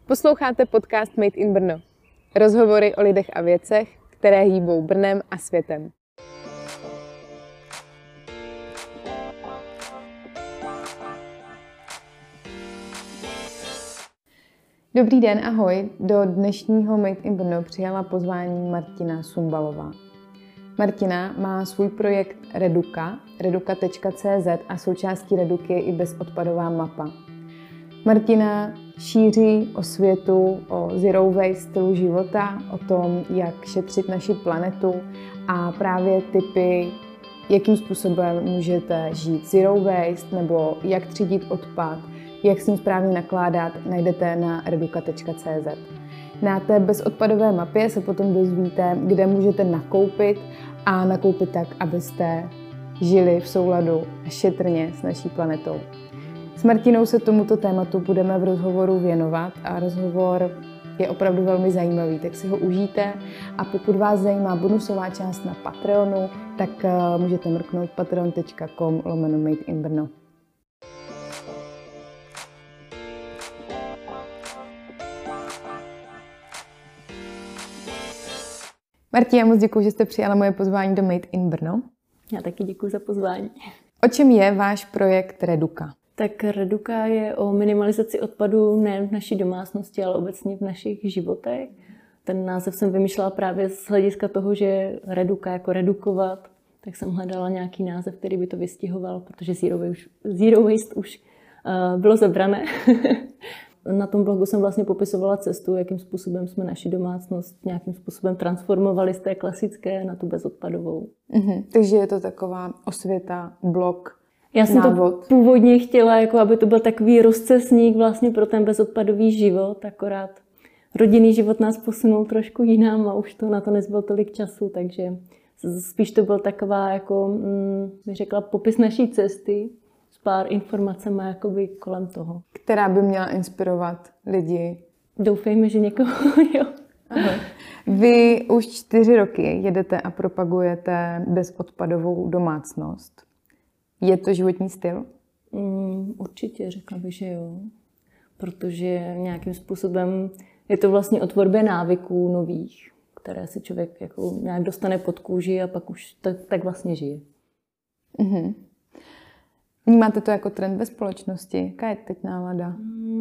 Posloucháte podcast Made in Brno. Rozhovory o lidech a věcech, které hýbou Brnem a světem. Dobrý den, ahoj. Do dnešního Made in Brno přijala pozvání Martina Sumbalová. Martina má svůj projekt Reduka, reduka.cz a součástí Reduky je i bezodpadová mapa. Martina šíří osvětu o zero waste stylu života, o tom, jak šetřit naši planetu a právě tipy, jakým způsobem můžete žít zero waste nebo jak třídit odpad, jak s ním správně nakládat, najdete na reduka.cz. Na té bezodpadové mapě se potom dozvíte, kde můžete nakoupit a nakoupit tak, abyste žili v souladu a šetrně s naší planetou. S Martinou se tomuto tématu budeme v rozhovoru věnovat a rozhovor je opravdu velmi zajímavý, tak si ho užijte a pokud vás zajímá bonusová část na Patreonu, tak můžete mrknout patreon.com/madeinbrno. Martina, moc děkuji, že jste přijala moje pozvání do Made in Brno. Já taky děkuji za pozvání. O čem je váš projekt Reduka? Tak Reduka je o minimalizaci odpadu nejen v naší domácnosti, ale obecně v našich životech. Ten název jsem vymýšlela právě z hlediska toho, že Reduka jako redukovat, tak jsem hledala nějaký název, který by to vystihoval, protože zero waste už bylo zabrané. Na tom blogu jsem vlastně popisovala cestu, jakým způsobem jsme naši domácnost nějakým způsobem transformovali z té klasické na tu bezodpadovou. Takže je to taková osvěta, blog, já jsem návod. To původně chtěla, jako aby to byl takový rozcestník vlastně pro ten bezodpadový život, akorát rodinný život nás posunul trošku jinam a už to na to nezbylo tolik času, takže spíš to byl taková, jako bych řekla, popis naší cesty s pár informacemi jakoby kolem toho. Která by měla inspirovat lidi. Doufejme, že někoho, jo. Aha. Vy už 4 roky jedete a propagujete bezodpadovou domácnost. Je to životní styl? Určitě, řekla bych, že jo. Protože nějakým způsobem je to vlastně o tvorbě návyků nových, které si člověk jako nějak dostane pod kůži a pak už tak vlastně žije. Vnímáte to jako trend ve společnosti? Jaká je teď nálada?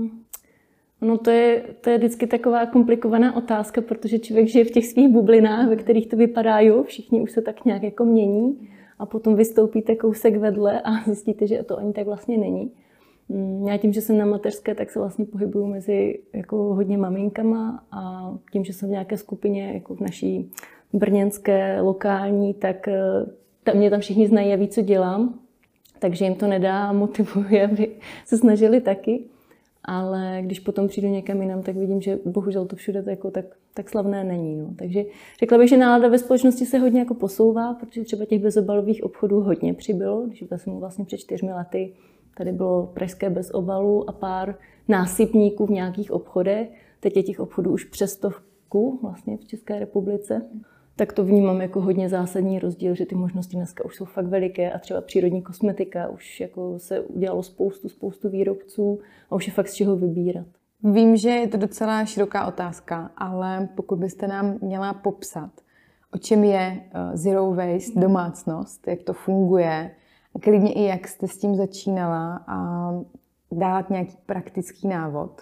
No to je vždycky taková komplikovaná otázka, protože člověk žije v těch svých bublinách, ve kterých to vypadá, jo, všichni už se tak nějak jako mění a potom vystoupíte kousek vedle a zjistíte, že to ani tak vlastně není. Já tím, že jsem na mateřské, tak se vlastně pohybuju mezi jako hodně maminkama a tím, že jsem v nějaké skupině jako v naší brněnské, lokální, tak mě tam všichni znají a ví, co dělám. Takže jim to nedá a motivuje, aby se snažili taky. Ale když potom přijdu někam jinam, tak vidím, že bohužel to všude jako tak slavné není. No. Takže řekla bych, že nálada ve společnosti se hodně jako posouvá, protože třeba těch bezobalových obchodů hodně přibylo. Když jsem vlastně před 4 lety, tady bylo pražské bez obalu a pár násypníků v nějakých obchodech. Teď je těch obchodů už přes 100 vlastně v České republice. Tak to vnímám jako hodně zásadní rozdíl, že ty možnosti dneska už jsou fakt veliké a třeba přírodní kosmetika už jako se udělalo spoustu výrobců a už je fakt z čeho vybírat. Vím, že je to docela široká otázka, ale pokud byste nám měla popsat, o čem je zero waste domácnost, jak to funguje, klidně i jak jste s tím začínala a dát nějaký praktický návod.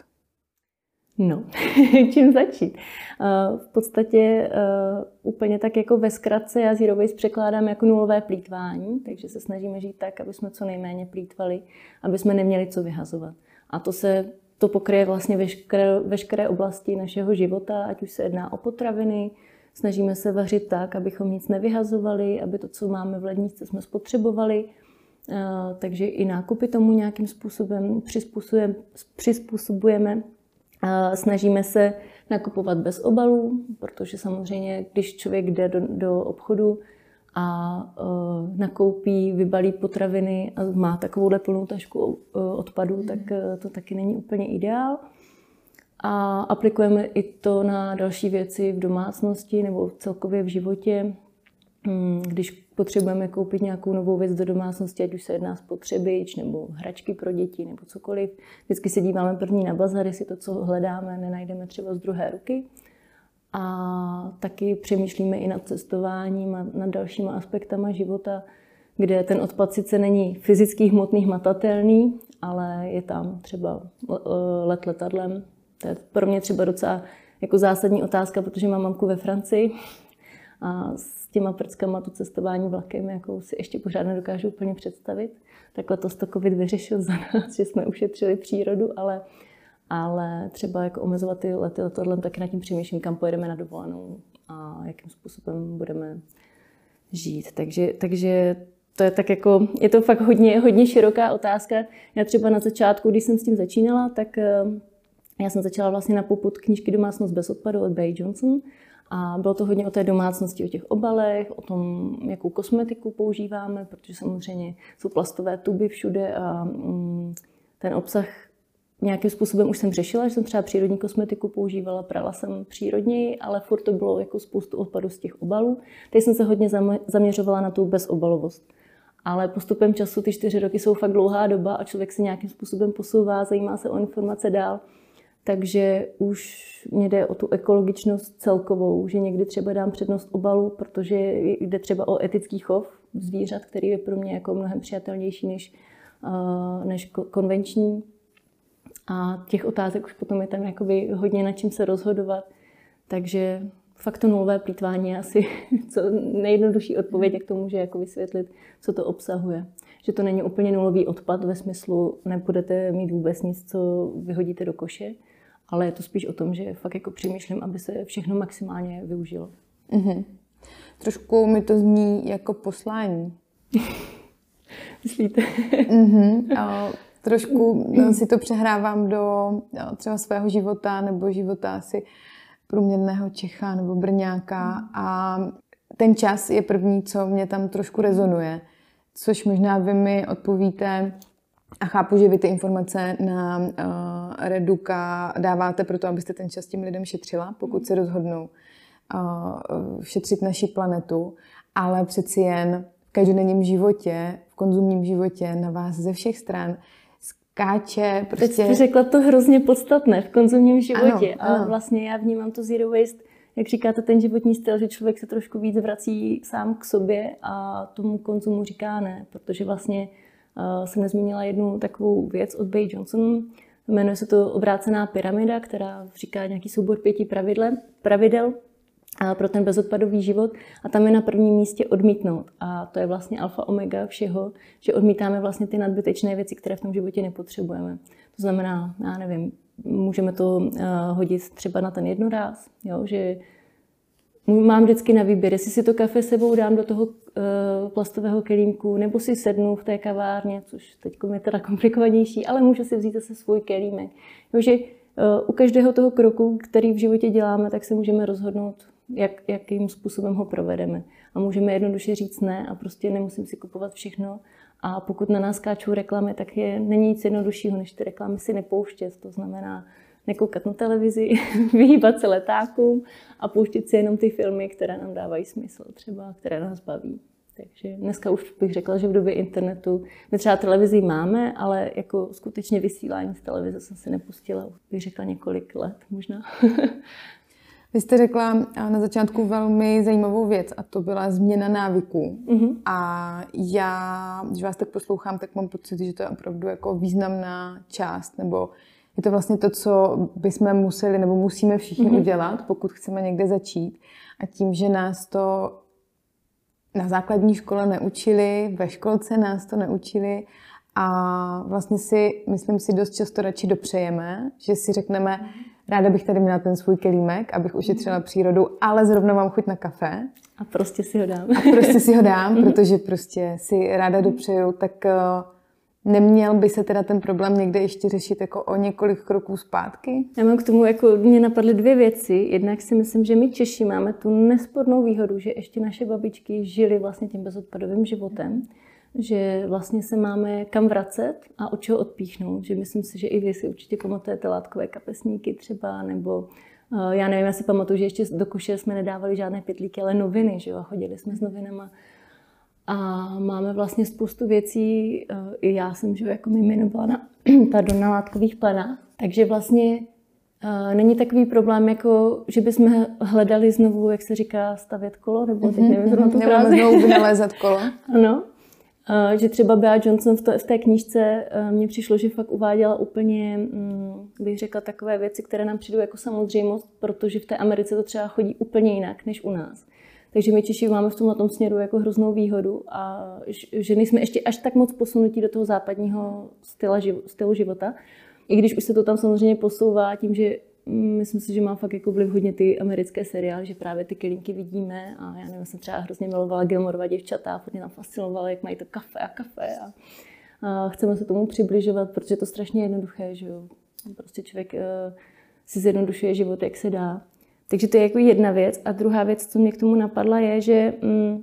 No, čím začít? V podstatě úplně tak jako ve zkratce já zero waste překládám jako nulové plýtvání, takže se snažíme žít tak, aby jsme co nejméně plýtvali, aby jsme neměli co vyhazovat. A to pokryje vlastně veškeré oblasti našeho života, ať už se jedná o potraviny, snažíme se vařit tak, abychom nic nevyhazovali, aby to, co máme v ledničce, jsme spotřebovali. Takže i nákupy tomu nějakým způsobem přizpůsobujeme. Snažíme se nakupovat bez obalů, protože samozřejmě, když člověk jde do obchodu a nakoupí, vybalí potraviny a má takovouhle plnou tašku odpadů, tak to taky není úplně ideál. A aplikujeme i to na další věci v domácnosti nebo celkově v životě. Když potřebujeme koupit nějakou novou věc do domácnosti, ať už se jedná spotřebič nebo hračky pro děti nebo cokoliv. Vždycky se díváme první na bazar, jestli to, co hledáme, nenajdeme třeba z druhé ruky. A taky přemýšlíme i nad cestováním a nad dalšíma aspektama života, kde ten odpad sice není fyzicky hmotný, hmatatelný, ale je tam třeba let letadlem. To je pro mě třeba docela jako zásadní otázka, protože mám mamku ve Francii a s těma prckama to cestování vlakem jako si ještě pořád nedokážu úplně představit. Takhle to COVID vyřešil za nás, že jsme ušetřili přírodu, ale třeba jako omezovat ty lety letadlem, taky nad tím přemýšlím, kam pojedeme na dovolenou a jakým způsobem budeme žít. Takže to je tak jako, je to fakt hodně široká otázka. Já třeba na začátku, když jsem s tím začínala, tak já jsem začala vlastně na popud knížky Domácnost bez odpadu od Bay Johnson a bylo to hodně o té domácnosti, o těch obalech, o tom, jakou kosmetiku používáme, protože samozřejmě jsou plastové tuby všude a ten obsah nějakým způsobem už jsem řešila, že jsem třeba přírodní kosmetiku používala, prala jsem přírodněji, ale furt to bylo jako spoustu odpadů z těch obalů. Teď jsem se hodně zaměřovala na tu bezobalovost. Ale postupem času ty 4 roky jsou fakt dlouhá doba a člověk se nějakým způsobem posouvá, zajímá se o informace dál. Takže už mě jde o tu ekologičnost celkovou, že někdy třeba dám přednost obalu, protože jde třeba o etický chov zvířat, který je pro mě jako mnohem přijatelnější než konvenční. A těch otázek už potom je tam jakoby hodně nad čím se rozhodovat. Takže fakt to nulové plýtvání je asi nejjednodušší odpověď, jak to může jako vysvětlit, co to obsahuje. Že to není úplně nulový odpad ve smyslu, nebudete mít vůbec nic, co vyhodíte do koše, ale je to spíš o tom, že fakt jako přemýšlím, aby se všechno maximálně využilo. Mm-hmm. Trošku mi to zní jako poslání. Myslíte? Mm-hmm. Trošku si to přehrávám do třeba svého života nebo života asi průměrného Čecha nebo Brňáka a ten čas je první, co mě tam trošku rezonuje, což možná vy mi odpovíte a chápu, že vy ty informace na Reduka dáváte proto, abyste ten čas těm lidem šetřila, pokud se rozhodnou šetřit naši planetu, ale přeci jen v každodenním životě, v konzumním životě na vás ze všech stran skáče prostě... Teď jsi řekla to hrozně podstatné v konzumním životě. Ano. A vlastně já vnímám to zero waste, jak říkáte, ten životní styl, že člověk se trošku víc vrací sám k sobě a tomu konzumu říká ne, protože vlastně jsem nezmínila jednu takovou věc od Bay Johnson, jmenuje se to obrácená pyramida, která říká nějaký soubor 5 pravidel pro ten bezodpadový život a tam je na prvním místě odmítnout. A to je vlastně alfa omega všeho, že odmítáme vlastně ty nadbytečné věci, které v tom životě nepotřebujeme. To znamená, já nevím, můžeme to hodit třeba na ten jednoráz, jo, že mám vždycky na výběr, jestli si to kafe sebou dám do toho plastového kelímku, nebo si sednu v té kavárně, což teď je teda komplikovanější, ale můžu si vzít zase svůj kelímek. Jo, že u každého toho kroku, který v životě děláme, tak se můžeme rozhodnout, jakým způsobem ho provedeme. A můžeme jednoduše říct ne a prostě nemusím si kupovat všechno. A pokud na nás skáčou reklamy, tak není nic jednoduššího, než ty reklamy si nepouštět. To znamená nekoukat na televizi, vyhýbat se letákům a pouštět si jenom ty filmy, které nám dávají smysl, třeba které nás baví. Takže dneska už bych řekla, že v době internetu my třeba televizi máme, ale jako skutečně vysílání z televize jsem si nepustila, bych řekla několik let možná. Vy jste řekla na začátku velmi zajímavou věc a to byla změna návyků. Mm-hmm. A já, když vás tak poslouchám, tak mám pocit, že to je opravdu jako významná část, nebo je to vlastně to, co bychom museli nebo musíme všichni udělat, pokud chceme někde začít. A tím, že nás to na základní škole neučili, ve školce nás to neučili a vlastně myslím si, dost často radši dopřejeme, že si řekneme, ráda bych tady měla ten svůj kelímek, abych ušetřila přírodu, ale zrovna mám chuť na kafe. A prostě si ho dám. Protože prostě si ráda dopřeju, tak neměl by se teda ten problém někde ještě řešit jako o několik kroků zpátky? Já mám k tomu, jako mě napadly 2 věci. Jednak si myslím, že my Češi máme tu nespornou výhodu, že ještě naše babičky žily vlastně tím bezodpadovým životem, že vlastně se máme kam vracet a od čeho odpíchnout. Že myslím si, že i vy si určitě pamatujete látkové kapesníky třeba, nebo já nevím, já si pamatuju, že ještě do koše jsme nedávali žádné pytlíky, ale noviny, že jo, a chodili jsme s novinama. A máme vlastně spoustu věcí, i já jsem že jako jmenovala na látkových planách, takže vlastně není takový problém, jako že bychom hledali znovu, jak se říká, stavět kolo, nebo teď nevím, zrovna tu frázi. Nebo znovu vynalézat kolo. Ano. Že třeba Bea Johnson v té knížce mně přišlo, že fakt uváděla úplně, bych řekla, takové věci, které nám přijdou jako samozřejmost, protože v té Americe to třeba chodí úplně jinak než u nás. Takže my Češi máme v tomhle směru jako hroznou výhodu a že nejsme ještě až tak moc posunutí do toho západního stylu života. I když už se to tam samozřejmě posouvá tím, že myslím si, že má fakt jako vliv hodně ty americké seriály, že právě ty kelínky vidíme a já nevím, jsem třeba hrozně milovala Gilmorova děvčata a furt mě tam fascinovalo, jak mají to kafe a chceme se tomu přibližovat, protože je to strašně jednoduché, že jo. Prostě člověk si zjednodušuje život, jak se dá. Takže to je jako jedna věc. A druhá věc, co mě k tomu napadla, je, že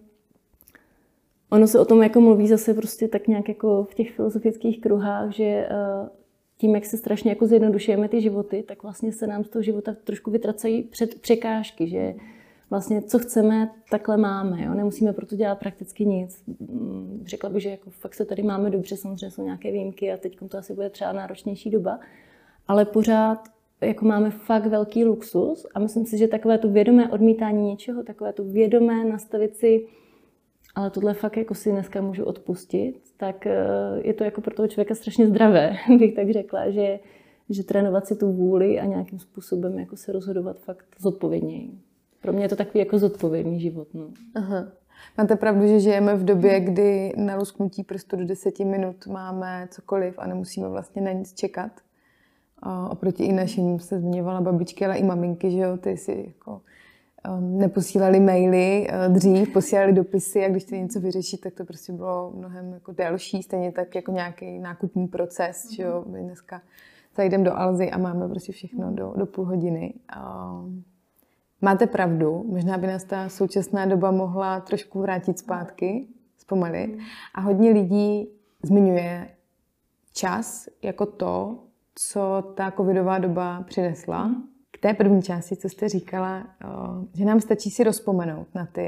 ono se o tom jako mluví zase prostě tak nějak jako v těch filozofických kruhách, že tím, jak se strašně jako zjednodušujeme ty životy, tak vlastně se nám z toho života trošku vytracají překážky, že vlastně co chceme, takhle máme. Jo? Nemusíme proto dělat prakticky nic. Řekla bych, že jako fakt se tady máme dobře, samozřejmě jsou nějaké výjimky a teď to asi bude třeba náročnější doba, ale pořád jako máme fakt velký luxus a myslím si, že takové to vědomé odmítání něčeho, takové to vědomé nastavit si, ale tohle fakt jako si dneska můžu odpustit, tak je to jako pro toho člověka strašně zdravé, bych tak řekla, že trénovat si tu vůli a nějakým způsobem jako se rozhodovat fakt zodpovědněji. Pro mě je to takový jako zodpovědný život. No. Aha. Máte pravdu, že žijeme v době, kdy na lusknutí prstu do 10 minut máme cokoliv a nemusíme vlastně na nic čekat. Oproti i našim se zmiňovala babičky, ale i maminky, že jo, ty si jako neposílali maily dřív, posílali dopisy a když chtěli něco vyřešit, tak to prostě bylo mnohem jako delší, stejně tak jako nějaký nákupní proces, že jo, my dneska zajdeme do Alzy a máme prostě všechno do půl hodiny. Máte pravdu, možná by nás ta současná doba mohla trošku vrátit zpátky, zpomalit a hodně lidí zmiňuje čas jako to, co ta covidová doba přinesla. K té první části, co jste říkala, že nám stačí si rozpomenout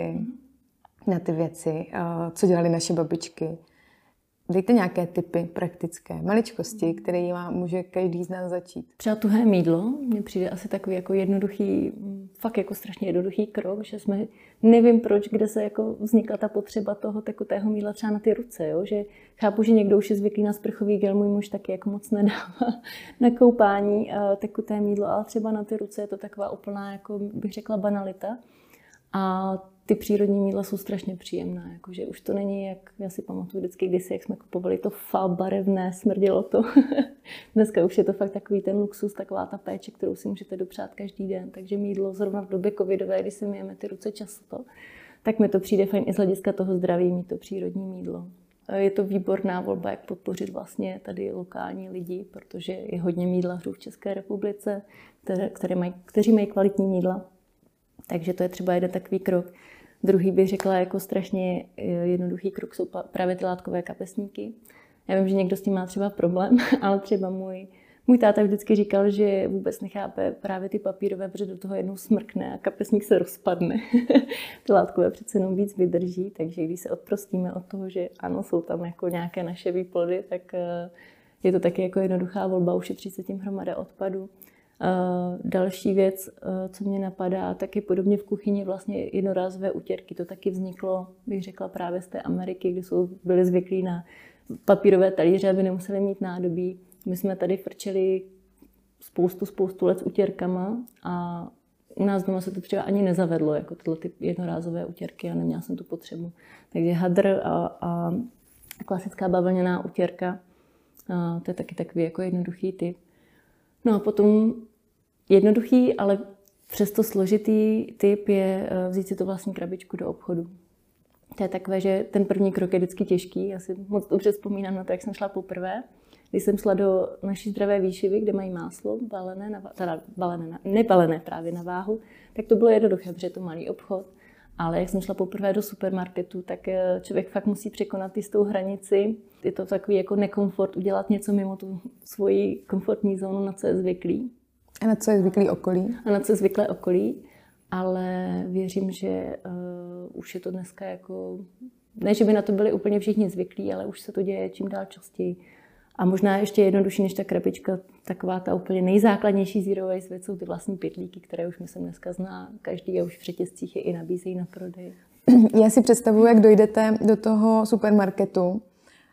na ty věci, co dělali naše babičky. Dejte nějaké tipy praktické, maličkosti, které může každý z nás začít. Třeba tuhé mýdlo, mně přijde asi takový jako jednoduchý, fakt jako strašně jednoduchý krok, že jsme, nevím proč, kde se jako vznikla ta potřeba toho tekutého mýdla třeba na ty ruce, jo? Že chápu, že někdo už je zvyklý na sprchový gel, můj muž taky jako moc nedává na koupání tekuté mýdlo, ale třeba na ty ruce je to taková úplná, jako bych řekla, banalita. A ty přírodní mýdla jsou strašně příjemná, jakože už to není, jak já si pamatuju vždycky kdysi, jak jsme kupovali to barevné, smrdělo to. Dneska už je to fakt takový ten luxus, taková ta péče, kterou si můžete dopřát každý den. Takže mýdlo zrovna v době covidové, kdy si myjeme ty ruce často, tak mi to přijde fajn i z hlediska toho zdraví mít to přírodní mýdlo. Je to výborná volba, jak podpořit vlastně tady lokální lidi, protože je hodně mýdlařů v České republice, kteří mají kvalitní mýdla. Takže to je třeba jeden takový krok. Druhý bych řekla jako strašně jednoduchý krok jsou právě ty látkové kapesníky. Já vím, že někdo s tím má třeba problém, ale třeba můj táta vždycky říkal, že vůbec nechápe právě ty papírové, protože do toho jednou smrkne a kapesník se rozpadne. Ty látkové přece jenom víc vydrží, takže když se odprostíme od toho, že ano, jsou tam jako nějaké naše výplody, tak je to taky jako jednoduchá volba, ušetří se tím hromada odpadu. Další věc, co mě napadá, taky podobně v kuchyni vlastně jednorázové utěrky. To taky vzniklo, bych řekla, právě z té Ameriky, kde byli zvyklí na papírové talíře, aby nemuseli mít nádobí. My jsme tady frčeli spoustu let s utěrkama a u nás doma se to třeba ani nezavedlo, jako tyhle ty jednorázové utěrky a neměla jsem tu potřebu. Takže hadr a klasická bavlněná utěrka, to je taky takový jako jednoduchý typ. No a potom jednoduchý, ale přesto složitý typ je vzít si to vlastní krabičku do obchodu. To je takové, že ten první krok je vždycky těžký. Já si moc dobře vzpomínám na to, jak jsem šla poprvé. Když jsem šla do naší Zdravé výživy, kde mají máslo nebalené právě na váhu, tak to bylo jednoduché, protože je to malý obchod. Ale jak jsem šla poprvé do supermarketu, tak člověk fakt musí překonat jistou hranici. Je to takový jako nekomfort udělat něco mimo tu svoji komfortní zónu, na co je zvyklý. A na co je zvyklý okolí. A na co je zvyklé okolí. Ale věřím, že už je to dneska jako Ne, že by na to byli úplně všichni zvyklí, ale už se to děje čím dál častěji. A možná ještě jednodušší než ta krabička, taková ta úplně nejzákladnější zero waste věc jsou ty vlastní pytlíky, které už myslím dneska zná každý a už v řetězcích je i nabízejí na prodej. Já si představuji, jak dojdete do toho supermarketu,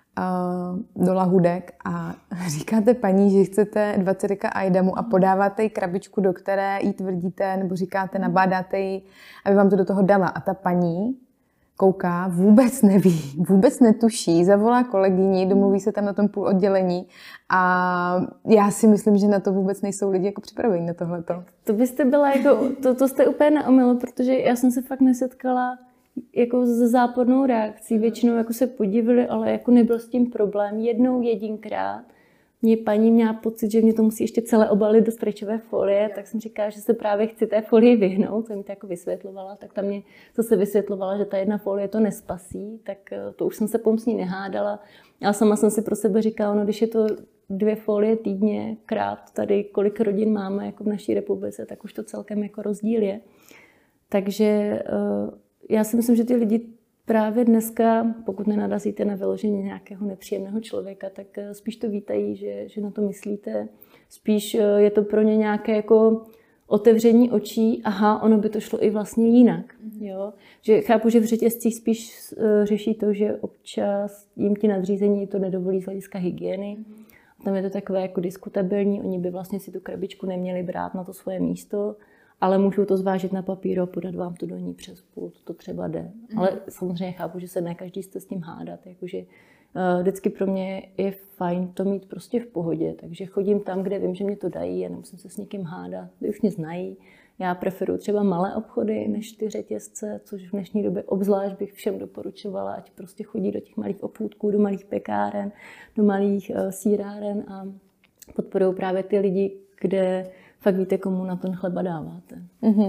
do lahůdek a říkáte paní, že chcete 20 deka ajdamu a podáváte jí krabičku, do které jí tvrdíte, nebo říkáte, nabádáte jí, aby vám to do toho dala. A ta paní kouká, vůbec neví, vůbec netuší, zavolá kolegyni, domluví se tam na tom půl oddělení a já si myslím, že na to vůbec nejsou lidi jako připraveni na tohleto. To byste byla jako, to jste úplně na omyl, protože já jsem se fakt nesetkala jako s zápornou reakcí. Většinou jako se podívali, ale jako nebyl s tím problém. Jednou jedinkrát mě paní měla pocit, že mě to musí ještě celé obalit do strečové folie, tak jsem říkala, že se právě chci té folii vyhnout, to mi to jako vysvětlovala, tak tam mě zase vysvětlovala, že ta jedna folie to nespasí, tak to už jsem se pomocní nehádala. Ale sama jsem si pro sebe říkala, no když je to 2 folie týdně krát tady, kolik rodin máme jako v naší republice, tak už to celkem jako rozdíl je. Takže já si myslím, že ty lidi právě dneska, pokud nenarazíte na vyložení nějakého nepříjemného člověka, tak spíš to vítají, že na to myslíte. Spíš je to pro ně nějaké jako otevření očí, aha, ono by to šlo i vlastně jinak. Jo? Že chápu, že v řetězcích spíš řeší to, že občas jim ti nadřízení to nedovolí z hlediska hygieny. Tam je to takové jako diskutabilní, oni by vlastně si tu krabičku neměli brát na to svoje místo, ale můžou to zvážit na papíru a podat vám to do ní přes pult, to třeba jde. Ale samozřejmě chápu, že se ne každý jste s tím hádat, jakože vždycky pro mě je fajn to mít prostě v pohodě, takže chodím tam, kde vím, že mě to dají a nemusím se s někým hádat, ty už mě znají. Já preferuji třeba malé obchody než ty řetězce, což v dnešní době obzvlášť bych všem doporučovala, ať prostě chodí do těch malých obchůdků, do malých pekáren, do malých sýráren a podporují právě ty lidi, kde fakt víte, komu na ten chleba dáváte.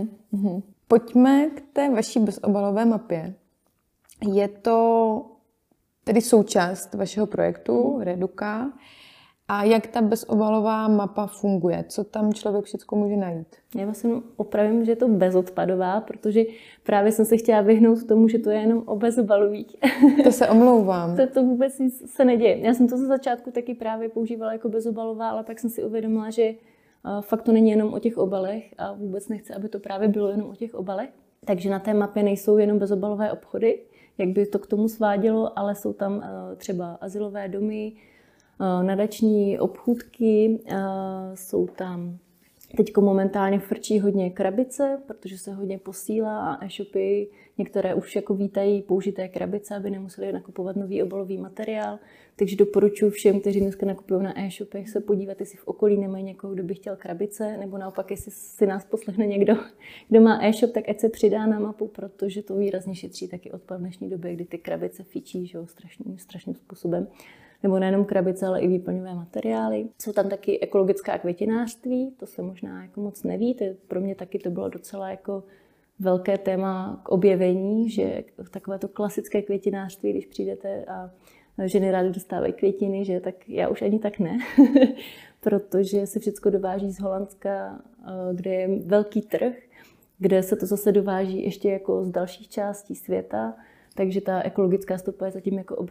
Pojďme k té vaší bezobalové mapě. Je to tedy součást vašeho projektu Reduka. A jak ta bezobalová mapa funguje? Co tam člověk všechno může najít? Já vás jenom opravím, že je to bezodpadová, protože právě jsem se chtěla vyhnout tomu, že to je jenom o bezobalových. To se omlouvám. To vůbec nic se neděje. Já jsem to ze začátku taky právě používala jako bezobalová, ale pak jsem si uvědomila, že fakt to není jenom o těch obalech a vůbec nechci, aby to právě bylo jenom o těch obalech. Takže na té mapě nejsou jenom bezobalové obchody, jak by to k tomu svádělo, ale jsou tam třeba azylové domy, nadační obchůdky, jsou tam teďko momentálně frčí hodně krabice, protože se hodně posílá a e-shopy některé už jako vítají použité krabice, aby nemuseli nakupovat nový obalový materiál. Takže doporučuji všem, kteří dneska nakupují na e-shopech, se podívat, jestli v okolí nemají někoho, kdo by chtěl krabice, nebo naopak, jestli si nás poslechne někdo, kdo má e-shop, tak ať se přidá na mapu, protože to výrazně šetří taky odpad v dnešní době, kdy ty krabice fičí, že jo, strašným způsobem. Nebo nejenom krabice, ale i výplňové materiály. Jsou tam taky ekologická květinářství, to se možná jako moc neví, pro mě taky to bylo docela jako velké téma k objevení, že takové to klasické květinářství, když přijdete a ženy rády dostávají květiny, že tak já už ani tak ne, protože se všechno dováží z Holandska, kde je velký trh, kde se to zase dováží ještě jako z dalších částí světa, takže ta ekologická stopa je zatím jako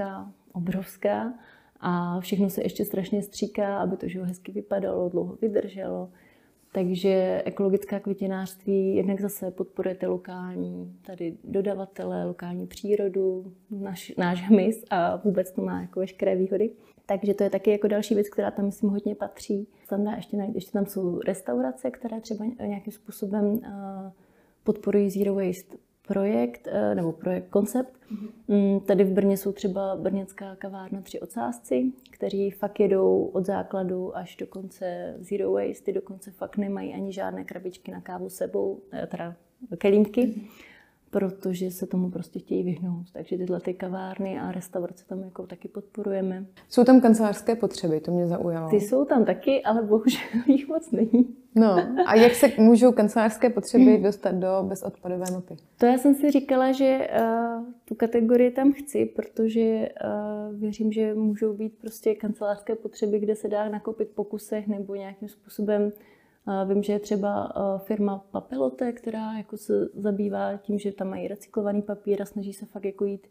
obrovská a všechno se ještě strašně stříká, aby to hezky vypadalo, dlouho vydrželo. Takže ekologická květinářství jednak zase podporujete lokální tady dodavatele, lokální přírodu, náš hmyz a vůbec to má jako veškeré výhody. Takže to je taky jako další věc, která tam myslím hodně patří. Tam dá ještě tam jsou restaurace, které třeba nějakým způsobem podporují zero waste projekt koncept. Tady v Brně jsou třeba brněnská kavárna 3 ocásci, kteří fakt jedou od základu až do konce zero waste, dokonce fakt nemají ani žádné krabičky na kávu sebou, teda kelímky, protože se tomu prostě chtějí vyhnout. Takže tyhle ty kavárny a restaurace tam jako taky podporujeme. Jsou tam kancelářské potřeby, to mě zaujalo. Ty jsou tam taky, ale bohužel jich moc není. No a jak se můžou kancelářské potřeby dostat do bezodpadové mapy? To já jsem si říkala, že tu kategorii tam chci, protože věřím, že můžou být prostě kancelářské potřeby, kde se dá nakoupit po kusech nebo nějakým způsobem. Vím, že je třeba firma Papelote, která jako se zabývá tím, že tam mají recyklovaný papír a snaží se fakt jako jít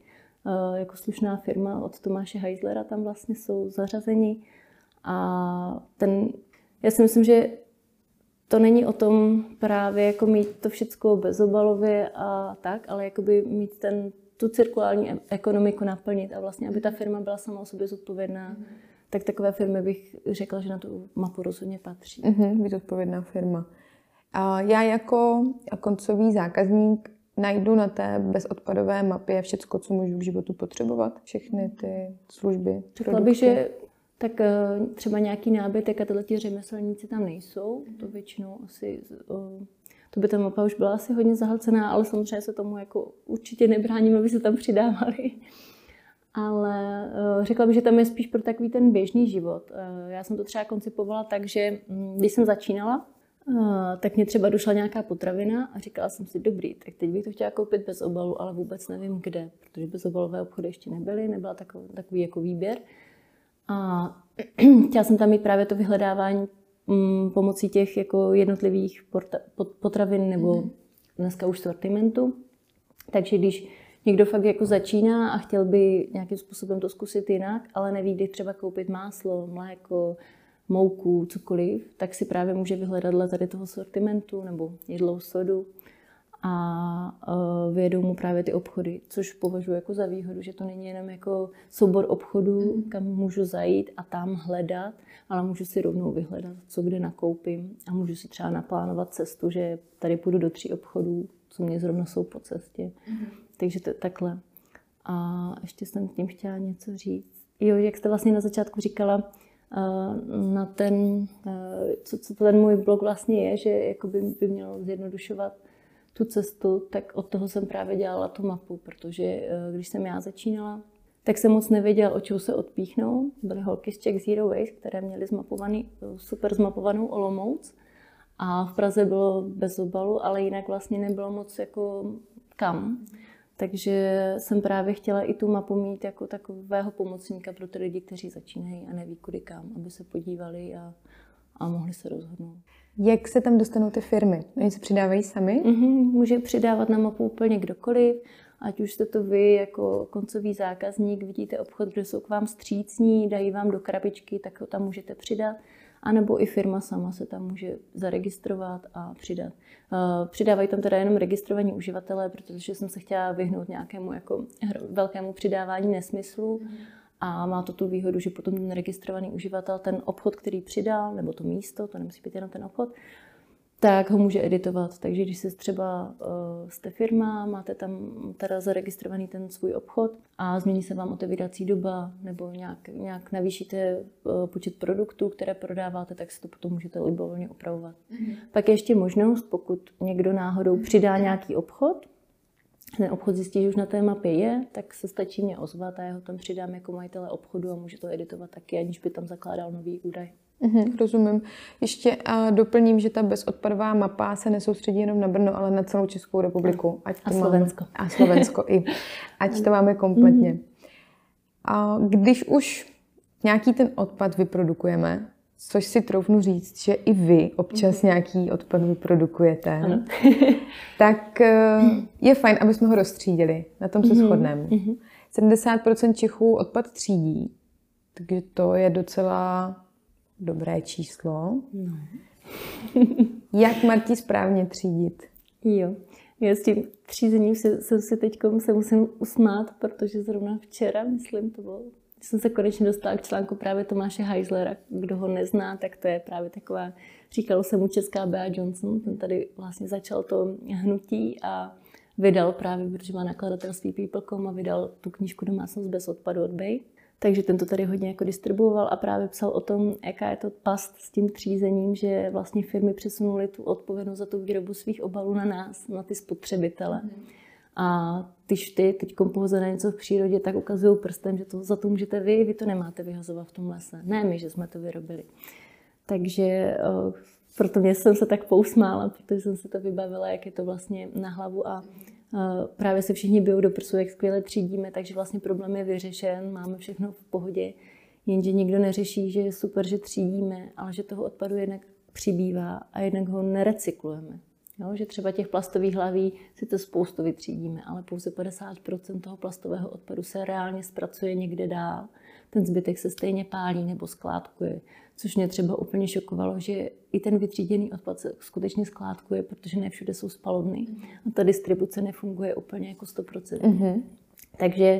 jako slušná firma od Tomáše Heislera tam vlastně jsou zařazeni. A já si myslím, že to není o tom právě jako mít to všechno bezobalově a tak, ale jakoby mít tu cirkulární ekonomiku naplnit a vlastně, aby ta firma byla sama o sobě zodpovědná, tak takové firmy bych řekla, že na tu mapu rozhodně patří. Být zodpovědná firma. A já jako koncový zákazník najdu na té bezodpadové mapě všecko, co můžu v životu potřebovat, všechny ty služby. Řekla bych, že tak třeba nějaký nábytek a tyhle řemeslníci tam nejsou, to většinou asi, to by ta mapa už byla asi hodně zahlcená, ale samozřejmě se tomu jako určitě nebráním, aby se tam přidávali. Ale řekla bych, že tam je spíš pro takový ten běžný život. Já jsem to třeba koncipovala tak, že když jsem začínala, tak mě třeba došla nějaká potravina a říkala jsem si, dobrý, tak teď bych to chtěla koupit bez obalu, ale vůbec nevím kde, protože bezobalové obchody ještě nebyly, nebyla takový jako výběr. A chtěla jsem tam mít právě to vyhledávání pomocí těch jako jednotlivých potravin nebo dneska už sortimentu. Takže když někdo fakt jako začíná a chtěl by nějakým způsobem to zkusit jinak, ale neví, kdy třeba koupit máslo, mléko, mouku, cokoliv, tak si právě může vyhledat dle tady toho sortimentu nebo jedlou sodu a vyjedou mu právě ty obchody, což považuji jako za výhodu, že to není jenom jako soubor obchodů, kam můžu zajít a tam hledat, ale můžu si rovnou vyhledat, co kde nakoupím a můžu si třeba naplánovat cestu, že tady půjdu do 3 obchodů, co mě zrovna jsou po cestě. Takže to je takhle. A ještě jsem tím chtěla něco říct. Jo, jak jste vlastně na začátku říkala, na co ten můj blog vlastně je, že jakoby by mělo zjednodušovat tu cestu, tak od toho jsem právě dělala tu mapu, protože když jsem já začínala, tak jsem moc nevěděla, o čeho se odpíchnou. Byly holky z Czech Zero Waste, které měly super zmapovanou Olomouc a v Praze bylo bez obalu, ale jinak vlastně nebylo moc jako kam. Takže jsem právě chtěla i tu mapu mít jako takového pomocníka pro ty lidi, kteří začínají a neví kudy kam, aby se podívali a mohli se rozhodnout. Jak se tam dostanou ty firmy? Oni se přidávají sami? Může přidávat na mapu úplně kdokoliv, ať už jste to vy jako koncový zákazník, vidíte obchod, kde jsou k vám vstřícní, dají vám do krabičky, tak ho tam můžete přidat. A nebo i firma sama se tam může zaregistrovat a přidat. Přidávají tam teda jenom registrovaní uživatelé, protože jsem se chtěla vyhnout nějakému jako velkému přidávání nesmyslu. A má to tu výhodu, že potom ten registrovaný uživatel, ten obchod, který přidal, nebo to místo, to nemusí být jenom ten obchod, tak ho může editovat. Takže když se třeba jste firma, máte tam teda zaregistrovaný ten svůj obchod a změní se vám otevírací doba nebo nějak navýšíte počet produktů, které prodáváte, tak si to potom můžete libovolně upravovat. Pak je ještě možnost, pokud někdo náhodou přidá nějaký obchod, ten obchod zjistí, že už na té mapě je, tak se stačí mě ozvat a já ho tam přidám jako majitele obchodu a může to editovat taky, aniž by tam zakládal nový údaj. Rozumím. Ještě doplním, že ta bezodpadová mapa se nesoustředí jenom na Brno, ale na celou Českou republiku. A Slovensko. A Slovensko i. Ať to máme kompletně. A když už nějaký ten odpad vyprodukujeme, což si troufnu říct, že i vy občas nějaký odpad vyprodukujete, tak je fajn, aby jsme ho rozstřídili. Na tom se shodneme. 70% Čechů odpad třídí, takže to je docela dobré číslo. Jak, Marti, správně třídit? Jo, já s tím třízením se musím usmát, protože zrovna včera, myslím, to bylo, jsem se konečně dostala k článku právě Tomáše Heislera. Kdo ho nezná, tak to je právě taková, říkalo se mu česká Bea Johnson, ten tady vlastně začal to hnutí a vydal právě, protože má nakladatelství People.com a vydal tu knížku Domácnost bez odpadu od Bea. Takže ten to tady hodně jako distribuoval a právě psal o tom, jaká je to past s tím třízením, že vlastně firmy přesunuly tu odpovědnost za tu výrobu svých obalů na nás, na ty spotřebitele. A když ty teď pohozené něco v přírodě, tak ukazují prstem, že to za to můžete vy to nemáte vyhazovat v tom lese. Ne my, že jsme to vyrobili. Takže proto mě jsem se tak pousmála, protože jsem se to vybavila, jak je to vlastně na hlavu a právě se všichni bijou do prsu, jak skvěle třídíme, takže vlastně problém je vyřešen, máme všechno v pohodě, jenže nikdo neřeší, že je super, že třídíme, ale že toho odpadu jednak přibývá a jednak ho nerecyklujeme. Jo, že třeba těch plastových hlaví si to spoustu vytřídíme, ale pouze 50% toho plastového odpadu se reálně zpracuje někde dál. Ten zbytek se stejně pálí nebo skládkuje. Což mě třeba úplně šokovalo, že i ten vytříděný odpad se skutečně skládkuje, protože ne všude jsou spalovny. A ta distribuce nefunguje úplně jako 100%. Takže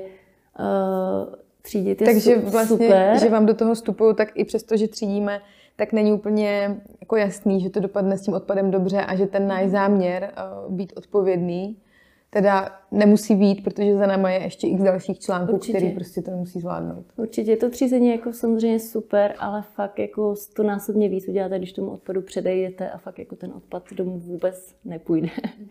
třídit je takže vlastně, super. že vám do toho vstupují, tak i přesto, že třídíme, tak není úplně jako jasný, že to dopadne s tím odpadem dobře a že ten náš záměr být odpovědný teda nemusí být, protože za náma je ještě x dalších článků, který prostě to nemusí zvládnout. Určitě to třízení jako samozřejmě super, ale fakt jako 100násobně víc uděláte, když tomu odpadu předejdete a fakt jako ten odpad domů vůbec nepůjde.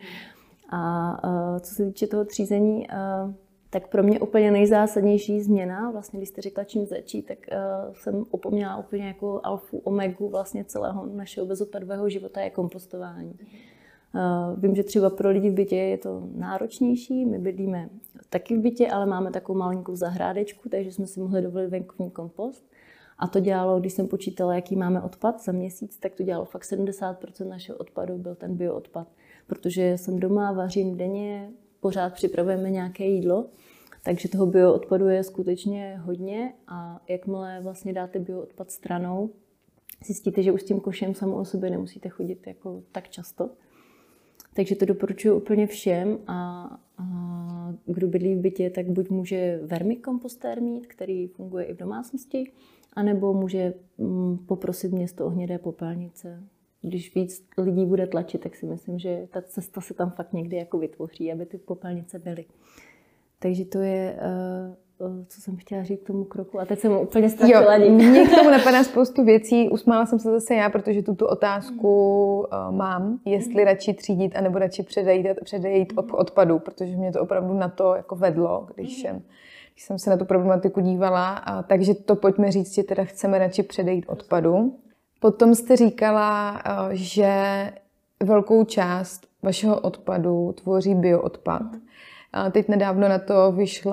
A co se týče toho třízení, tak pro mě úplně nejzásadnější změna, vlastně když jste řekla, čím začít, tak jsem opomněla úplně jako alfu, omegu vlastně celého našeho bezodpadového života je kompostování. Vím, že třeba pro lidi v bytě je to náročnější, my bydlíme taky v bytě, ale máme takovou malinkou zahrádečku, takže jsme si mohli dovolit venkovní kompost. A to dělalo, když jsem počítala, jaký máme odpad za měsíc, tak to dělalo fakt 70% našeho odpadu, byl ten bioodpad. Protože jsem doma, vařím denně, pořád připravujeme nějaké jídlo, takže toho bioodpadu je skutečně hodně a jakmile vlastně dáte bioodpad stranou, zjistíte, že už s tím košem samou o sobě nemusíte chodit jako tak často. Takže to doporučuji úplně všem a kdo bydlí v bytě, tak buď může vermikompostér mít, který funguje i v domácnosti, anebo může poprosit město o hnědé popelnice. Když víc lidí bude tlačit, tak si myslím, že ta cesta se tam fakt někdy jako vytvoří, aby ty popelnice byly. Takže to je, co jsem chtěla říct k tomu kroku. A teď jsem úplně ztratila. Mně k tomu napadá spoustu věcí. Usmála jsem se zase já, protože tuto otázku mám. Jestli radši třídit, anebo radši předejít odpadu, protože mě to opravdu na to jako vedlo, když jsem se na tu problematiku dívala. Takže to pojďme říct, že teda chceme radši předejít odpadu. Potom jste říkala, že velkou část vašeho odpadu tvoří bioodpad. Teď nedávno na to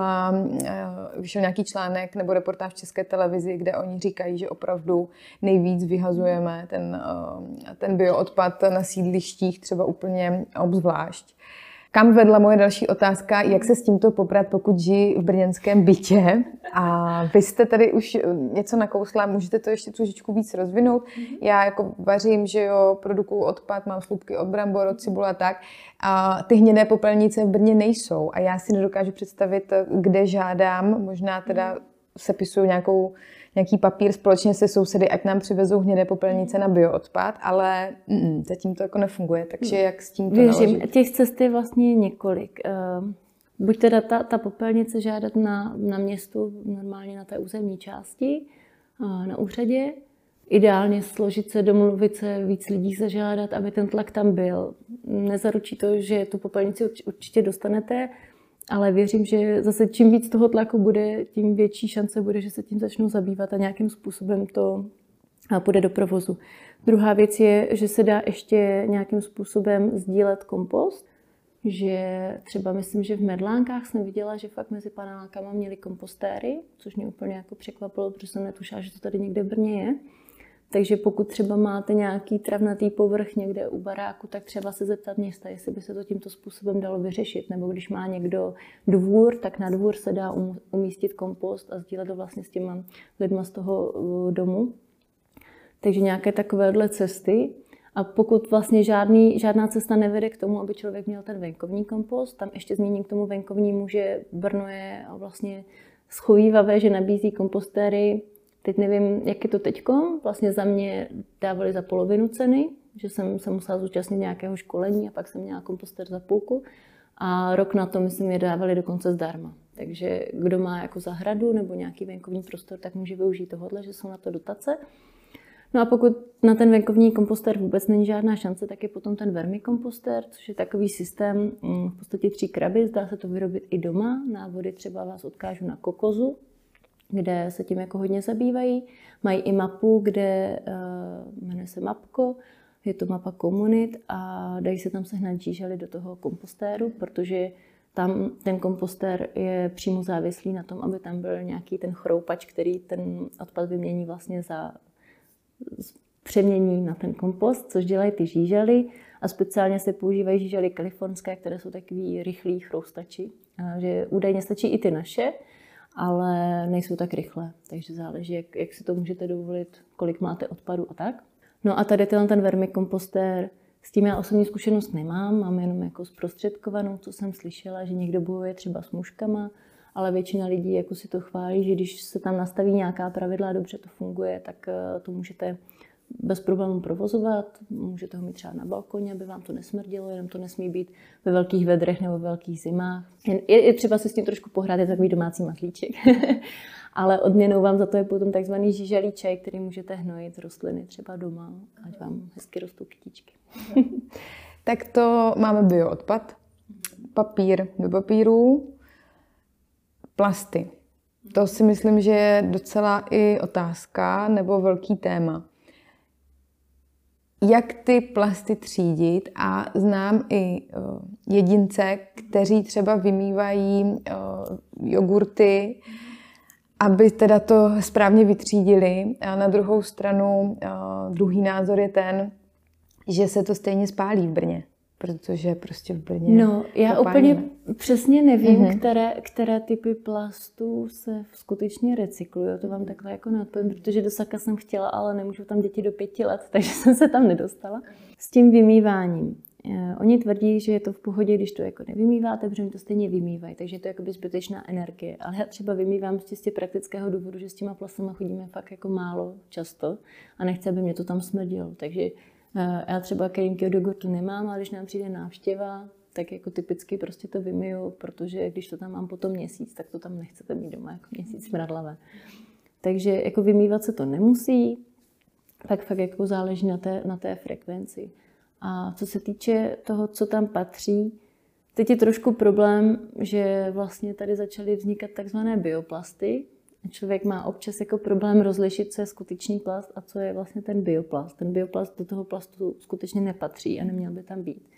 vyšel nějaký článek nebo reportáž v České televizi, kde oni říkají, že opravdu nejvíc vyhazujeme ten bioodpad na sídlištích, třeba úplně obzvlášť. Kam vedla moje další otázka, jak se s tímto poprat, pokud žijí v brněnském bytě? A vy jste tady už něco nakousla, můžete to ještě trošičku víc rozvinout? Já jako vařím, že jo, produkuju odpad, mám slupky od brambor, od cibule a tak. A ty hnědé popelnice v Brně nejsou. A já si nedokážu představit, kde žádám, možná teda sepisuju nějaký papír společně se sousedy, ať nám přivezou hnědé popelnice na bioodpad, ale zatím to jako nefunguje, takže jak s tím to naložit? Věřím, těch cest je vlastně několik. Buď teda ta popelnice žádat na městu, normálně na té územní části, na úřadě, ideálně složit se, domluvit se, víc lidí zažádat, aby ten tlak tam byl. Nezaručí to, že tu popelnici určitě dostanete, ale věřím, že zase čím víc toho tlaku bude, tím větší šance bude, že se tím začnou zabývat a nějakým způsobem to půjde do provozu. Druhá věc je, že se dá ještě nějakým způsobem sdílet kompost, že třeba myslím, že v Medlánkách jsem viděla, že fakt mezi panelákama měli kompostéry, což mě úplně jako překvapilo, protože jsem netušila, že to tady někde v Brně je. Takže pokud třeba máte nějaký travnatý povrch někde u baráku, tak třeba se zeptat města, jestli by se to tímto způsobem dalo vyřešit. Nebo když má někdo dvůr, tak na dvůr se dá umístit kompost a sdílet to vlastně s těma lidma z toho domu. Takže nějaké takovéhle cesty. A pokud vlastně žádná cesta nevede k tomu, aby člověk měl ten venkovní kompost, tam ještě zmíním k tomu venkovnímu, že Brno je vlastně schovývavé, že nabízí kompostéry. Teď nevím, jak je to teďko. Vlastně za mě dávali za polovinu ceny, že jsem se musela zúčastnit nějakého školení a pak jsem měla kompostér za půlku. A rok na to, myslím, je dávali dokonce zdarma. Takže kdo má jako zahradu nebo nějaký venkovní prostor, tak může využít tohohle, že jsou na to dotace. No a pokud na ten venkovní kompostér vůbec není žádná šance, tak je potom ten vermikompostér, což je takový systém v podstatě 3 krabic. Dá se to vyrobit i doma. Návody třeba vás odkážu na Kokozu, kde se tím jako hodně zabývají. Mají i mapu, kde jmenuje se Mapko, je to mapa komunit a dají se tam sehnat žížaly do toho kompostéru, protože tam ten kompostér je přímo závislý na tom, aby tam byl nějaký ten chroupač, který ten odpad vymění vlastně přemění na ten kompost, což dělají ty žížaly A speciálně se používají žížaly kalifornské, které jsou takový rychlí chroustači. Že údajně stačí i ty naše, ale nejsou tak rychlé. Takže záleží, jak si to můžete dovolit, kolik máte odpadu a tak. No a tady ten vermikompostér, s tím já osobní zkušenost nemám, mám jenom jako zprostředkovanou, co jsem slyšela, že někdo bojuje třeba s muškama, ale většina lidí jako si to chválí, že když se tam nastaví nějaká pravidla a dobře to funguje, tak to můžete bez problémů provozovat. Můžete ho mít třeba na balkoně, aby vám to nesmrdilo, jenom to nesmí být ve velkých vedrech nebo ve velkých zimách. Je třeba se s tím trošku pohrát, je takový domácí mazlíček. Ale odměnou vám za to je potom takzvaný žížalí čaj, který můžete hnojit rostliny třeba doma, ať vám hezky rostou kytičky. Tak to máme bioodpad, papír do papíru, plasty. To si myslím, že je docela i otázka nebo velký téma. Jak ty plasty třídit a znám i jedince, kteří třeba vymývají jogurty, aby teda to správně vytřídili. A na druhou stranu druhý názor je ten, že se to stejně spálí v Brně, protože prostě v Brně... No, já úplně přesně nevím, které typy plastů se skutečně recyklují. To vám takhle jako neodpovím, protože do Saka jsem chtěla, ale nemůžu tam děti do 5 let, takže jsem se tam nedostala. S tím vymýváním. Oni tvrdí, že je to v pohodě, když to jako nevymýváte, protože to stejně vymývají, takže je to jakoby zbytečná energie. Ale já třeba vymývám z čistě praktického důvodu, že s těma plastama chodíme fakt jako málo často a nechci, aby mě to tam smrdilo. Takže já třeba kelímky od jogurtu nemám, ale když nám přijde návštěva, tak jako typicky prostě to vymyju, protože když to tam mám potom měsíc, tak to tam nechcete mít doma jako měsíc smradlavé. Takže jako vymývat se to nemusí, tak fakt jako záleží na té frekvenci. A co se týče toho, co tam patří, teď je trošku problém, že vlastně tady začaly vznikat takzvané bioplasty. Člověk má občas jako problém rozlišit, co je skutečný plast a co je vlastně ten bioplast. Ten bioplast do toho plastu skutečně nepatří a neměl by tam být.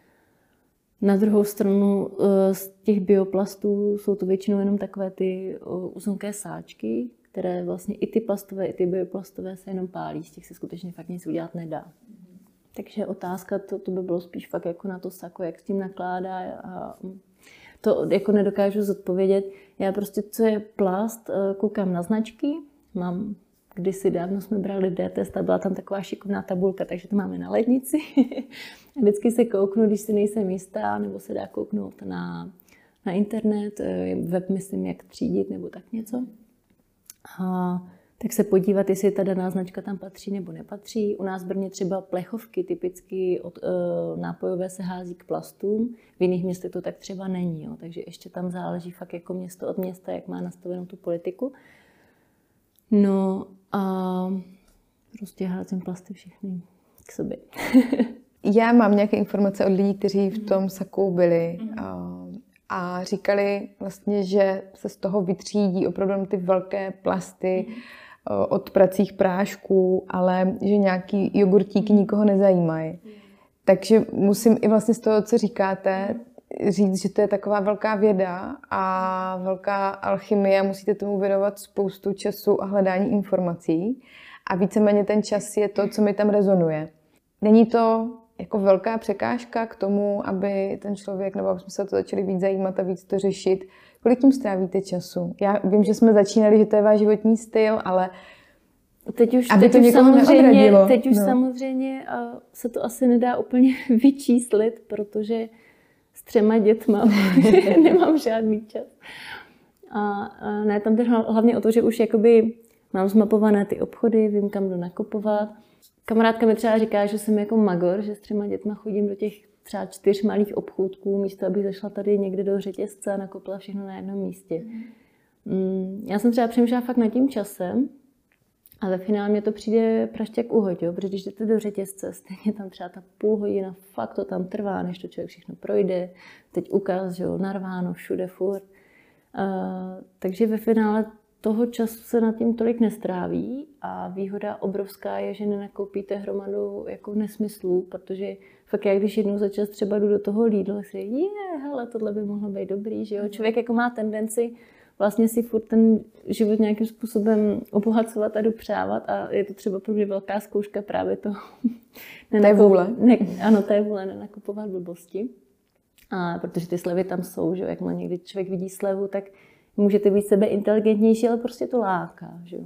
Na druhou stranu z těch bioplastů jsou to většinou jenom takové ty uzunké sáčky, které vlastně i ty plastové, i ty bioplastové se jenom pálí. Z těch se skutečně fakt nic udělat nedá. Takže otázka, to by bylo spíš fakt jako na to Sako, jak s tím nakládá. A to jako nedokážu zodpovědět. Já prostě, co je plast, koukám na značky. Kdysi dávno jsme brali D-test a byla tam taková šikovná tabulka, takže to máme na lednici. Vždycky se kouknu, když si nejsem jistá, nebo se dá kouknout na internet, web myslím, jak třídit, nebo tak něco. A tak se podívat, jestli ta daná značka tam patří nebo nepatří. U nás v Brně třeba plechovky typicky od nápojové se hází k plastům, v jiných městech to tak třeba není. Jo. Takže ještě tam záleží fakt jako město od města, jak má nastavenou tu politiku. No a prostě házím plasty všechny k sobě. Já mám nějaké informace od lidí, kteří v tom Saku byli a říkali vlastně, že se z toho vytřídí opravdu ty velké plasty od pracích prášků, ale že nějaký jogurtíky nikoho nezajímají. Takže musím i vlastně z toho, co říkáte, říct, že to je taková velká věda a velká alchymie. Musíte tomu věnovat spoustu času a hledání informací. A víceméně ten čas je to, co mi tam rezonuje. Není to jako velká překážka k tomu, aby ten člověk, nebo aby jsme se o to začali víc zajímat a víc to řešit. Kolik tím strávíte času? Já vím, že jsme začínali, že to je váš životní styl, ale teď už samozřejmě se to asi nedá úplně vyčíslit, protože s 3 dětma nemám žádný čas. A ne, tam jde hlavně o to, že už jakoby mám zmapované ty obchody, vím, kam jdu nakupovat. Kamarádka mi třeba říká, že jsem jako magor, že s 3 dětma chodím do těch třeba 4 malých obchůdků, místo abych zašla tady někde do řetězce a nakoupila všechno na jednom místě. Já jsem třeba přemýšlela fakt nad tím časem, ale ve finále mě to přijde prašťák uhoď, jo? Protože když jdete do řetězce, stejně tam třeba ta půl hodina, fakt to tam trvá, než to člověk všechno projde. Teď ukaz, že jo, narváno, všude, furt. Takže ve finále toho času se nad tím tolik nestráví a výhoda obrovská je, že nenakoupíte hromadu jako nesmyslů, protože fakt já, když jednou za čas třeba jdu do toho Lidl, si hele, tohle by mohlo být dobrý, že jo. Člověk jako má tendenci vlastně si furt ten život nějakým způsobem obohacovat a dopřávat a je to třeba pro mě velká zkouška právě to. Té vůle. Ano, té vůle, nenakupovat blbosti. A protože ty slevy tam jsou, že jakmile někdy člověk vidí slevu, tak můžete být sebe inteligentnější, ale prostě to láká, že jo.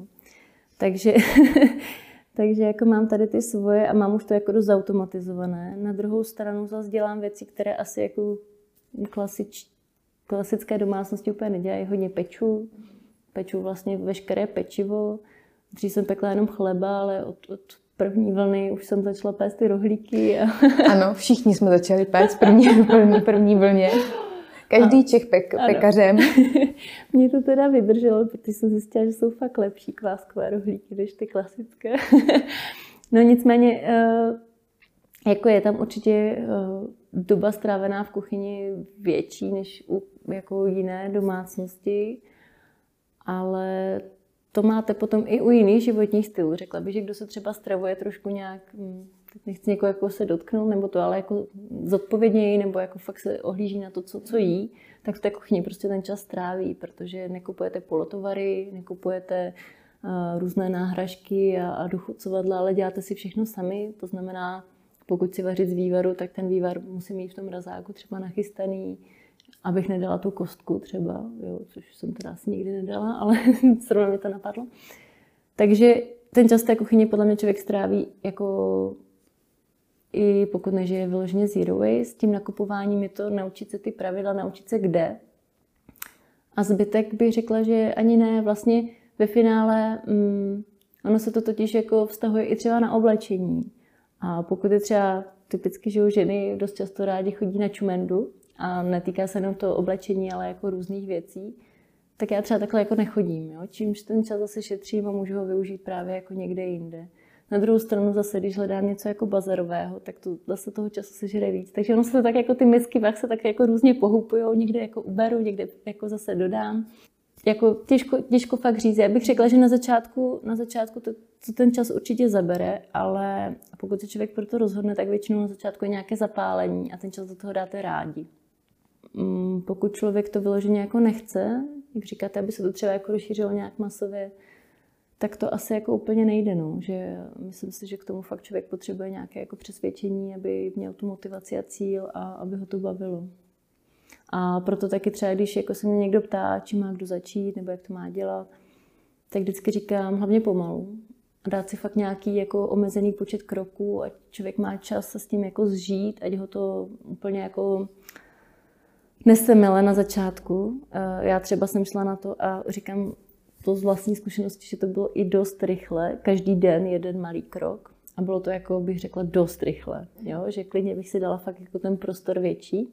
Takže jako mám tady ty svoje a mám už to jako dost automatizované. Na druhou stranu zase dělám věci, které asi jako klasické domácnosti úplně nedělají. Hodně peču vlastně veškeré pečivo. Dřív jsem pekla jenom chleba, ale od první vlny už jsem začala péct ty rohlíky. Ano, všichni jsme začali péct první vlně. Každý Čech pekařem. Mě to teda vydrželo, protože jsem zjistila, že jsou fakt lepší kváskové rohlíky než ty klasické. No nicméně, jako je tam určitě doba strávená v kuchyni větší než u jako jiné domácnosti, ale to máte potom i u jiných životních stylů. Řekla bych, že kdo se třeba stravuje trošku nějak, teď nechci někoho jako se dotknout, nebo to, ale jako zodpovědněji, nebo jako fakt se ohlíží na to, co jí, tak v té kuchyni prostě ten čas tráví, protože nekupujete polotovary, nekupujete různé náhražky a dochucovadla, ale děláte si všechno sami. To znamená, pokud si vařit z vývaru, tak ten vývar musí mít v tom mrazáku třeba nachystaný, abych nedala tu kostku třeba, jo, což jsem teda asi nikdy nedala, ale zrovna mě to napadlo. Takže ten čas té kuchyni podle mě člověk stráví jako i pokud nežije vyloženě zero waste. S tím nakupováním je to naučit se ty pravidla, naučit se kde. A zbytek bych řekla, že ani ne. Vlastně ve finále ono se to totiž jako vztahuje i třeba na oblečení. A pokud je třeba typicky, že ženy dost často rádi chodí na čumendu a netýká se jenom to oblečení, ale jako různých věcí, tak já třeba takhle jako nechodím. Jo? Čímž ten čas zase šetřím a můžu ho využít právě jako někde jinde. Na druhou stranu zase, když hledám něco jako bazarového, tak to zase toho času sežere víc. Takže ono se to tak jako ty misky vah se tak jako různě pohupujou, někde jako uberu, někde jako zase dodám. Jako těžko fakt říct. Já bych řekla, že na začátku to ten čas určitě zabere, ale pokud se člověk pro to rozhodne, tak většinou na začátku je nějaké zapálení a ten čas do toho dáte rádi. Pokud člověk to vyloženě jako nechce, jak říkáte, aby se to třeba jako rozšířilo nějak masově, tak to asi jako úplně nejde. No. Že myslím si, že k tomu fakt člověk potřebuje nějaké jako přesvědčení, aby měl tu motivaci a cíl a aby ho to bavilo. A proto taky třeba, když jako se mě někdo ptá, čím má kdo začít nebo jak to má dělat, tak vždycky říkám hlavně pomalu. A dát si fakt nějaký jako omezený počet kroků, ať člověk má čas se s tím jako zžít, ať ho to úplně jako nesemele na začátku. Já třeba jsem šla na to a říkám to z vlastní zkušenosti, že to bylo i dost rychle. Každý den jeden malý krok. A bylo to, jako bych řekla, dost rychle. Jo? Že klidně bych si dala fakt jako ten prostor větší.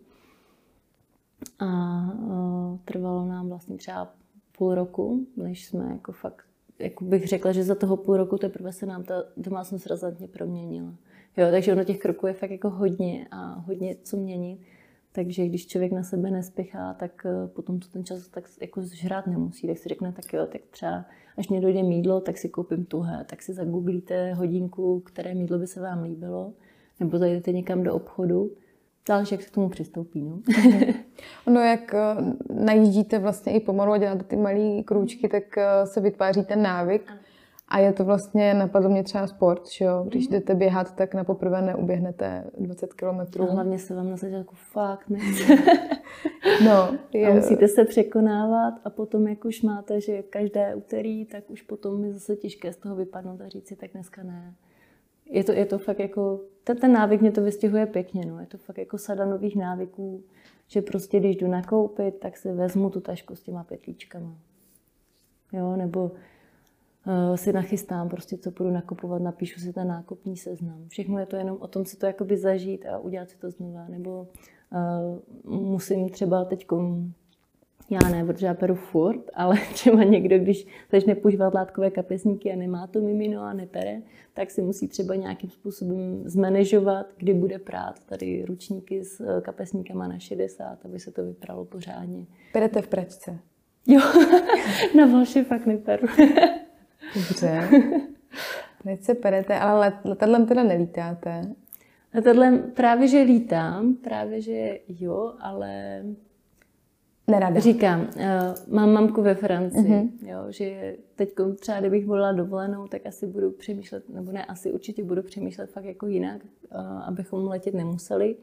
A trvalo nám vlastně třeba půl roku, než jsme jako fakt, jako bych řekla, že za toho půl roku teprve se nám ta domácnost razantně proměnila. Jo, takže ono těch kroků je fakt jako hodně a hodně co měnit. Takže když člověk na sebe nespěchá, tak potom to ten čas tak jako žrát nemusí. Tak si řekne, tak jo, tak třeba až mě dojde mýdlo, tak si koupím tuhé. Tak si zagooglíte hodinku, které mýdlo by se vám líbilo. Nebo zajdete někam do obchodu. Záleží, jak se k tomu přistoupí. No? Ono, jak najíždíte vlastně i pomalu a děláte ty malé krůčky, tak se vytváří ten návyk. A je to vlastně, napadlo mě třeba sport, že jo? Když jdete běhat, tak na poprvé neuběhnete 20 kilometrů. Hlavně se vám na začátku fakt nechce. No, a musíte se překonávat a potom, jak už máte, že každé úterý, tak už potom je zase těžké z toho vypadnout a říct si, tak dneska ne. Je to fakt jako, ten návyk mě to vystihuje pěkně, no. Je to fakt jako sada nových návyků, že prostě když jdu nakoupit, tak si vezmu tu tašku s těma pytlíčkama. Jo, nebo si nachystám prostě, co půjdu nakupovat, napíšu si ten nákupní seznam. Všechno je to jenom o tom si to jakoby zažít a udělat si to znova. Nebo musím třeba teďko, já ne, protože já peru furt, ale třeba někdo, když začne používat látkové kapesníky a nemá to mimino a nepere, tak si musí třeba nějakým způsobem zmanéžovat, kdy bude prát tady ručníky s kapesníkama na 60, aby se to vypralo pořádně. Perete v pračce? Jo, na valši fakt neperu. Dobře. Teď se perete, ale letadlem teda nelítáte? Letadlem právě, že lítám, právě, že jo, ale Nerada. Říkám, mám mamku ve Francii, jo, že teď třeba, kdybych volila dovolenou, tak asi budu přemýšlet, nebo ne, asi určitě budu přemýšlet fakt jako jinak, abychom letět nemuseli.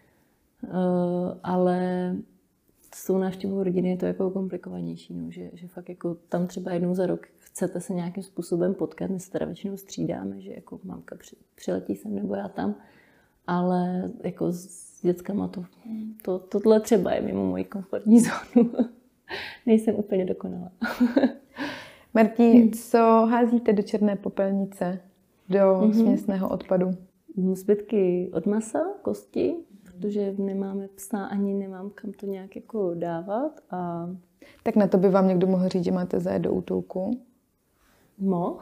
Ale s tou návštěvou rodiny je to jako komplikovanější, no, že fakt jako tam třeba jednou za rok chcete se nějakým způsobem potkat, my se teda většinou střídáme, že jako mamka přiletí sem nebo já tam, ale jako s dětskama tohle třeba je mimo moji komfortní zónu. Nejsem úplně dokonalá. Marti, co házíte do černé popelnice, do směsného odpadu? Zbytky od masa, kosti, protože nemáme psa ani nemám kam to nějak jako dávat. Tak na to by vám někdo mohl říct, že máte zajet do útulku? Mohl.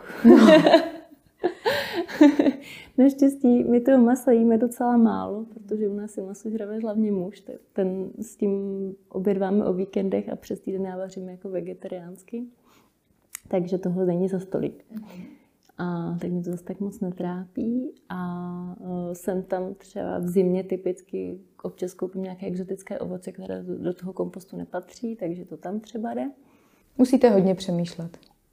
Naštěstí my toho masa jíme docela málo, protože u nás je masožravec hlavně muž, tak ten s tím obědváme o víkendech a přes týden já vaříme jako vegetariánsky, takže toho není za stolik. A tak mě to zase tak moc netrápí a jsem tam třeba v zimě typicky občas koupím nějaké exotické ovoce, které do toho kompostu nepatří, takže to tam třeba jde. Musíte hodně přemýšlet.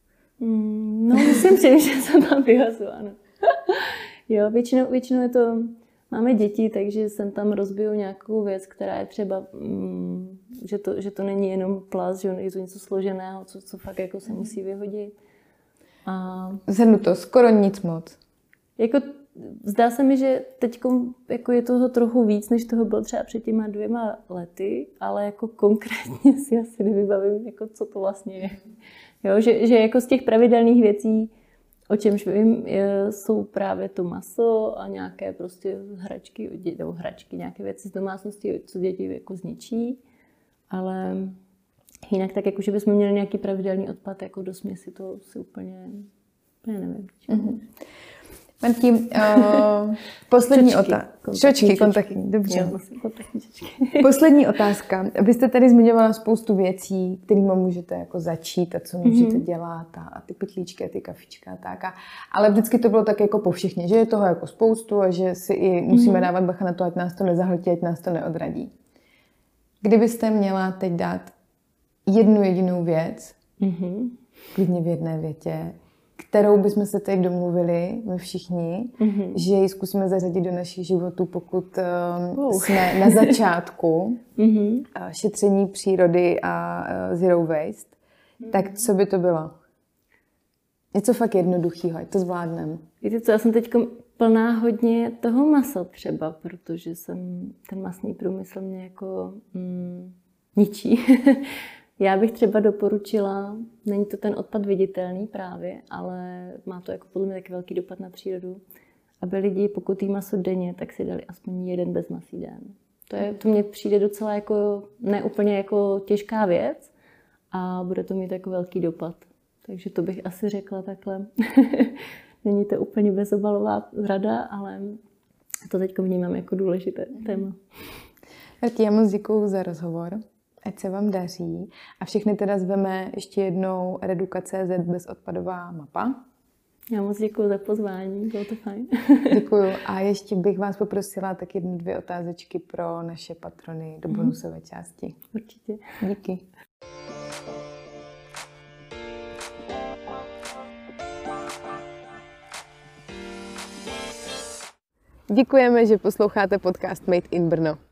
No, musím přemýšlet, co tam vyhazu, ano. Jo, většinou je to, máme děti, takže jsem tam rozbiju nějakou věc, která je třeba, že to není jenom plast, že je to něco složeného, co fakt jako se musí vyhodit. Zhrnu to, skoro nic moc. Jako, zdá se mi, že teď jako je toho trochu víc, než toho bylo třeba před těma 2 lety, ale jako konkrétně si asi nevybavím, jako co to vlastně je. Jo, že jako z těch pravidelných věcí, o čemž vím, jsou právě to maso a nějaké prostě hračky, nějaké věci z domácnosti, co děti jako zničí, ale jinak tak jako, že bychom měli nějaký pravidelný odpad jako do směsi, to si úplně nevím. Marti, poslední otázka. Čočky, kontaktní, dobře. Poslední otázka. Vy jste tady zmiňovala spoustu věcí, kterými můžete jako začít a co můžete dělat a ty pytlíčky a ty kafička a tak. Ale vždycky to bylo tak jako povšichni, že je toho jako spoustu a že si i musíme dávat bacha na to, ať nás to nezahltí, ať nás to neodradí. Kdybyste měla teď dát jednu jedinou věc, klidně v jedné větě, kterou bychom se teď domluvili, my všichni, že ji zkusíme zařadit do našich životů, pokud jsme na začátku šetření přírody a zero waste, tak co by to bylo? Něco fakt jednoduchého, ať to zvládneme. Víte co, já jsem teď plná hodně toho masa třeba, protože ten masný průmysl mě jako ničí. Já bych třeba doporučila, není to ten odpad viditelný právě, ale má to jako podle mě taky velký dopad na přírodu, aby lidi, pokud jí maso denně, tak si dali aspoň jeden bezmasý den. To mně přijde docela jako neúplně jako těžká věc a bude to mít jako velký dopad. Takže to bych asi řekla takhle. Není to úplně bezobalová rada, ale to teď vnímám jako důležité téma. Marti, já moc děkuju za rozhovor. Ať se vám daří. A všechny teda zveme ještě jednou Reduka.cz bezodpadová mapa. Já moc děkuji za pozvání, bylo to fajn. Děkuju. A ještě bych vás poprosila tak 1-2 otázečky pro naše patrony do bonusové části. Určitě. Díky. Děkujeme, že posloucháte podcast Made in Brno.